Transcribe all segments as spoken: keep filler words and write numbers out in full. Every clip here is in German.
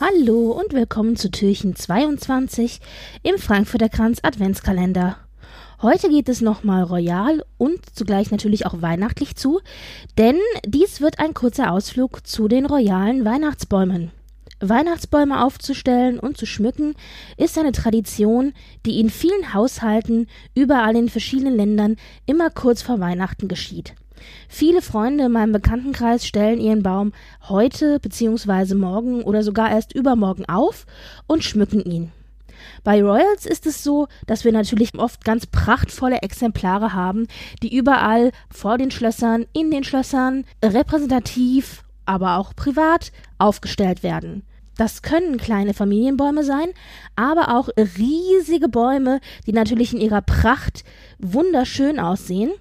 Hallo und willkommen zu Türchen zweiundzwanzig im Frankfurter Kranz Adventskalender. Heute geht es nochmal royal und zugleich natürlich auch weihnachtlich zu, denn dies wird ein kurzer Ausflug zu den royalen Weihnachtsbäumen. Weihnachtsbäume aufzustellen und zu schmücken ist eine Tradition, die in vielen Haushalten überall in verschiedenen Ländern immer kurz vor Weihnachten geschieht. Viele Freunde in meinem Bekanntenkreis stellen ihren Baum heute bzw. morgen oder sogar erst übermorgen auf und schmücken ihn. Bei Royals ist es so, dass wir natürlich oft ganz prachtvolle Exemplare haben, die überall vor den Schlössern, in den Schlössern, repräsentativ, aber auch privat aufgestellt werden. Das können kleine Familienbäume sein, aber auch riesige Bäume, die natürlich in ihrer Pracht wunderschön aussehen.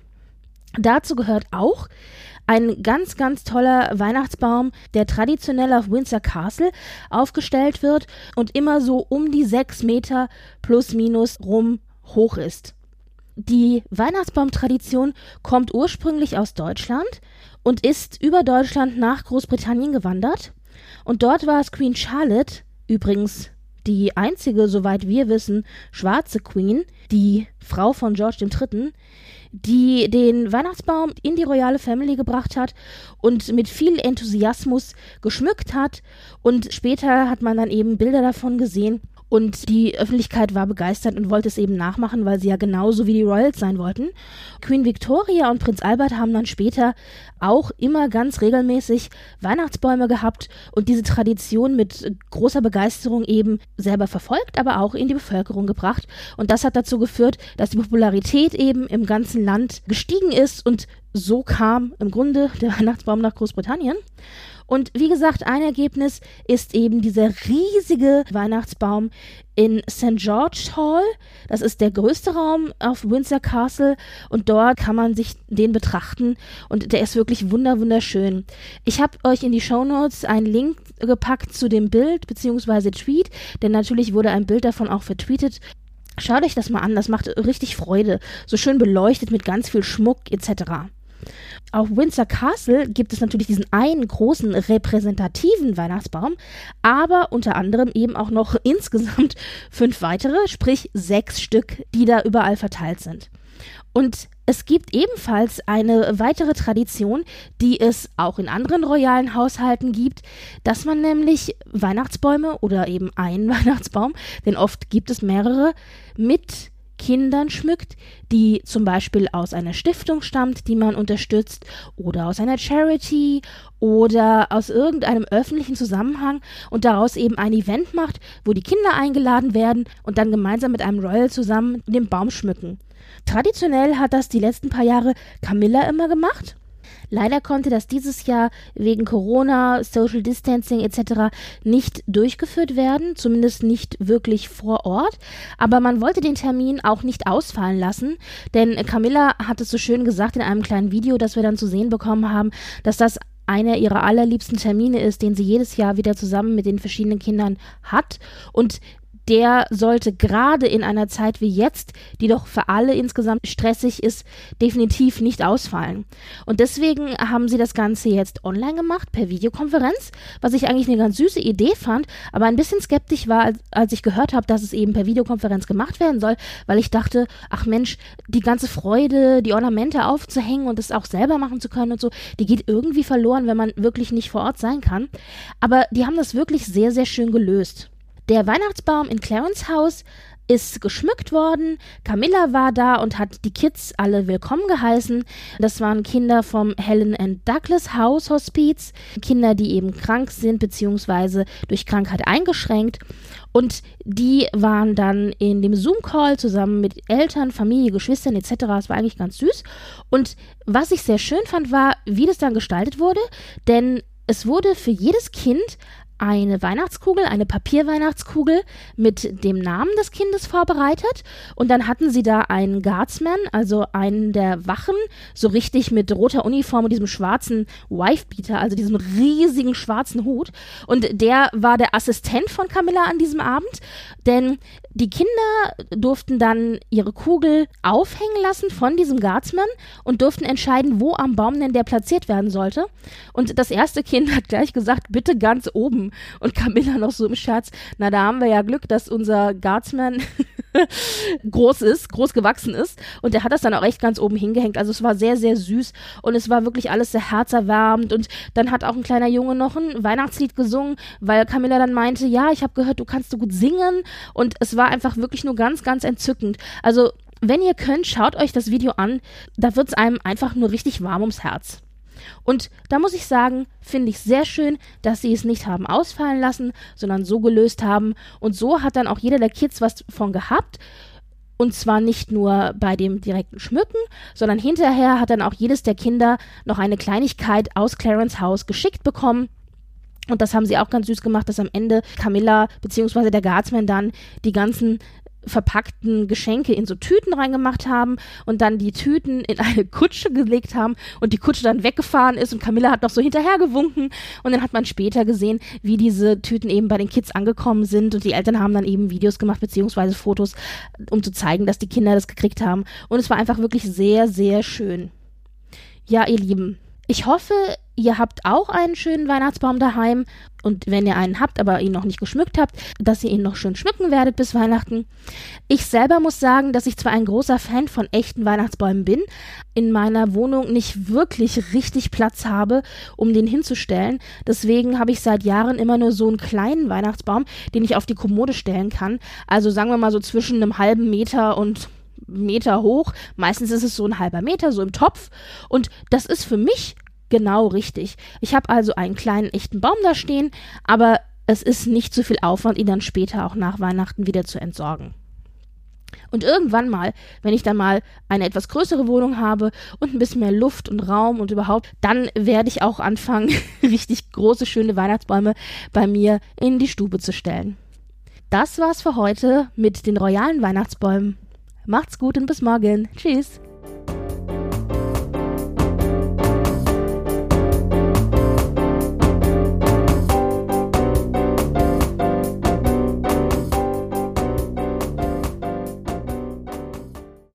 Dazu gehört auch ein ganz, ganz toller Weihnachtsbaum, der traditionell auf Windsor Castle aufgestellt wird und immer so um die sechs Meter plus minus rum hoch ist. Die Weihnachtsbaumtradition kommt ursprünglich aus Deutschland und ist über Deutschland nach Großbritannien gewandert. Und dort war es Queen Charlotte, übrigens die einzige, soweit wir wissen, schwarze Queen, die Frau von George der Dritte., die den Weihnachtsbaum in die royale Family gebracht hat und mit viel Enthusiasmus geschmückt hat. Und später hat man dann eben Bilder davon gesehen. Und die Öffentlichkeit war begeistert und wollte es eben nachmachen, weil sie ja genauso wie die Royals sein wollten. Queen Victoria und Prinz Albert haben dann später auch immer ganz regelmäßig Weihnachtsbäume gehabt und diese Tradition mit großer Begeisterung eben selber verfolgt, aber auch in die Bevölkerung gebracht. Und das hat dazu geführt, dass die Popularität eben im ganzen Land gestiegen ist und so kam im Grunde der Weihnachtsbaum nach Großbritannien. Und wie gesagt, ein Ergebnis ist eben dieser riesige Weihnachtsbaum in Sankt George's Hall. Das ist der größte Raum auf Windsor Castle und dort kann man sich den betrachten und der ist wirklich wunder wunderschön. Ich habe euch in die Shownotes einen Link gepackt zu dem Bild bzw. Tweet, denn natürlich wurde ein Bild davon auch vertweetet. Schaut euch das mal an, das macht richtig Freude. So schön beleuchtet mit ganz viel Schmuck et cetera. Auf Windsor Castle gibt es natürlich diesen einen großen repräsentativen Weihnachtsbaum, aber unter anderem eben auch noch insgesamt fünf weitere, sprich sechs Stück, die da überall verteilt sind. Und es gibt ebenfalls eine weitere Tradition, die es auch in anderen royalen Haushalten gibt, dass man nämlich Weihnachtsbäume oder eben einen Weihnachtsbaum, denn oft gibt es mehrere, mit Kindern schmückt, die zum Beispiel aus einer Stiftung stammt, die man unterstützt, oder aus einer Charity oder aus irgendeinem öffentlichen Zusammenhang und daraus eben ein Event macht, wo die Kinder eingeladen werden und dann gemeinsam mit einem Royal zusammen den Baum schmücken. Traditionell hat das die letzten paar Jahre Camilla immer gemacht. Leider konnte das dieses Jahr wegen Corona, Social Distancing et cetera nicht durchgeführt werden, zumindest nicht wirklich vor Ort. Aber man wollte den Termin auch nicht ausfallen lassen, denn Camilla hat es so schön gesagt in einem kleinen Video, das wir dann zu sehen bekommen haben, dass das einer ihrer allerliebsten Termine ist, den sie jedes Jahr wieder zusammen mit den verschiedenen Kindern hat. Und der sollte gerade in einer Zeit wie jetzt, die doch für alle insgesamt stressig ist, definitiv nicht ausfallen. Und deswegen haben sie das Ganze jetzt online gemacht, per Videokonferenz, was ich eigentlich eine ganz süße Idee fand, aber ein bisschen skeptisch war, als, als ich gehört habe, dass es eben per Videokonferenz gemacht werden soll, weil ich dachte, ach Mensch, die ganze Freude, die Ornamente aufzuhängen und das auch selber machen zu können und so, die geht irgendwie verloren, wenn man wirklich nicht vor Ort sein kann. Aber die haben das wirklich sehr, sehr schön gelöst. Der Weihnachtsbaum in Clarence House ist geschmückt worden. Camilla war da und hat die Kids alle willkommen geheißen. Das waren Kinder vom Helen and Douglas House Hospiz, Kinder, die eben krank sind bzw. durch Krankheit eingeschränkt. Und die waren dann in dem Zoom-Call zusammen mit Eltern, Familie, Geschwistern et cetera. Es war eigentlich ganz süß. Und was ich sehr schön fand, war, wie das dann gestaltet wurde, denn es wurde für jedes Kind eine Weihnachtskugel, eine Papierweihnachtskugel mit dem Namen des Kindes vorbereitet und dann hatten sie da einen Guardsman, also einen der Wachen, so richtig mit roter Uniform und diesem schwarzen Wifebeater, also diesem riesigen schwarzen Hut und der war der Assistent von Camilla an diesem Abend, denn die Kinder durften dann ihre Kugel aufhängen lassen von diesem Guardsman und durften entscheiden, wo am Baum denn der platziert werden sollte und das erste Kind hat gleich gesagt, bitte ganz oben. bekommen. Und Camilla noch so im Scherz, na, da haben wir ja Glück, dass unser Guardsman groß ist, groß gewachsen ist. Und der hat das dann auch echt ganz oben hingehängt. Also es war sehr, sehr süß und es war wirklich alles sehr herzerwärmend. Und dann hat auch ein kleiner Junge noch ein Weihnachtslied gesungen, weil Camilla dann meinte, ja, ich habe gehört, du kannst so gut singen. Und es war einfach wirklich nur ganz, ganz entzückend. Also wenn ihr könnt, schaut euch das Video an. Da wird es einem einfach nur richtig warm ums Herz. Und da muss ich sagen, finde ich sehr schön, dass sie es nicht haben ausfallen lassen, sondern so gelöst haben. Und so hat dann auch jeder der Kids was von gehabt. Und zwar nicht nur bei dem direkten Schmücken, sondern hinterher hat dann auch jedes der Kinder noch eine Kleinigkeit aus Clarence Haus geschickt bekommen. Und das haben sie auch ganz süß gemacht, dass am Ende Camilla bzw. der Guardsman dann die ganzen verpackten Geschenke in so Tüten reingemacht haben und dann die Tüten in eine Kutsche gelegt haben und die Kutsche dann weggefahren ist und Camilla hat noch so hinterher gewunken und dann hat man später gesehen, wie diese Tüten eben bei den Kids angekommen sind und die Eltern haben dann eben Videos gemacht beziehungsweise Fotos, um zu zeigen, dass die Kinder das gekriegt haben und es war einfach wirklich sehr, sehr schön. Ja, ihr Lieben, ich hoffe, ihr habt auch einen schönen Weihnachtsbaum daheim und wenn ihr einen habt, aber ihn noch nicht geschmückt habt, dass ihr ihn noch schön schmücken werdet bis Weihnachten. Ich selber muss sagen, dass ich zwar ein großer Fan von echten Weihnachtsbäumen bin, in meiner Wohnung nicht wirklich richtig Platz habe, um den hinzustellen. Deswegen habe ich seit Jahren immer nur so einen kleinen Weihnachtsbaum, den ich auf die Kommode stellen kann. Also sagen wir mal so zwischen einem halben Meter und Meter hoch. Meistens ist es so ein halber Meter, so im Topf. Und das ist für mich genau richtig. Ich habe also einen kleinen echten Baum da stehen, aber es ist nicht so viel Aufwand, ihn dann später auch nach Weihnachten wieder zu entsorgen. Und irgendwann mal, wenn ich dann mal eine etwas größere Wohnung habe und ein bisschen mehr Luft und Raum und überhaupt, dann werde ich auch anfangen, richtig große, schöne Weihnachtsbäume bei mir in die Stube zu stellen. Das war's für heute mit den royalen Weihnachtsbäumen. Macht's gut und bis morgen. Tschüss.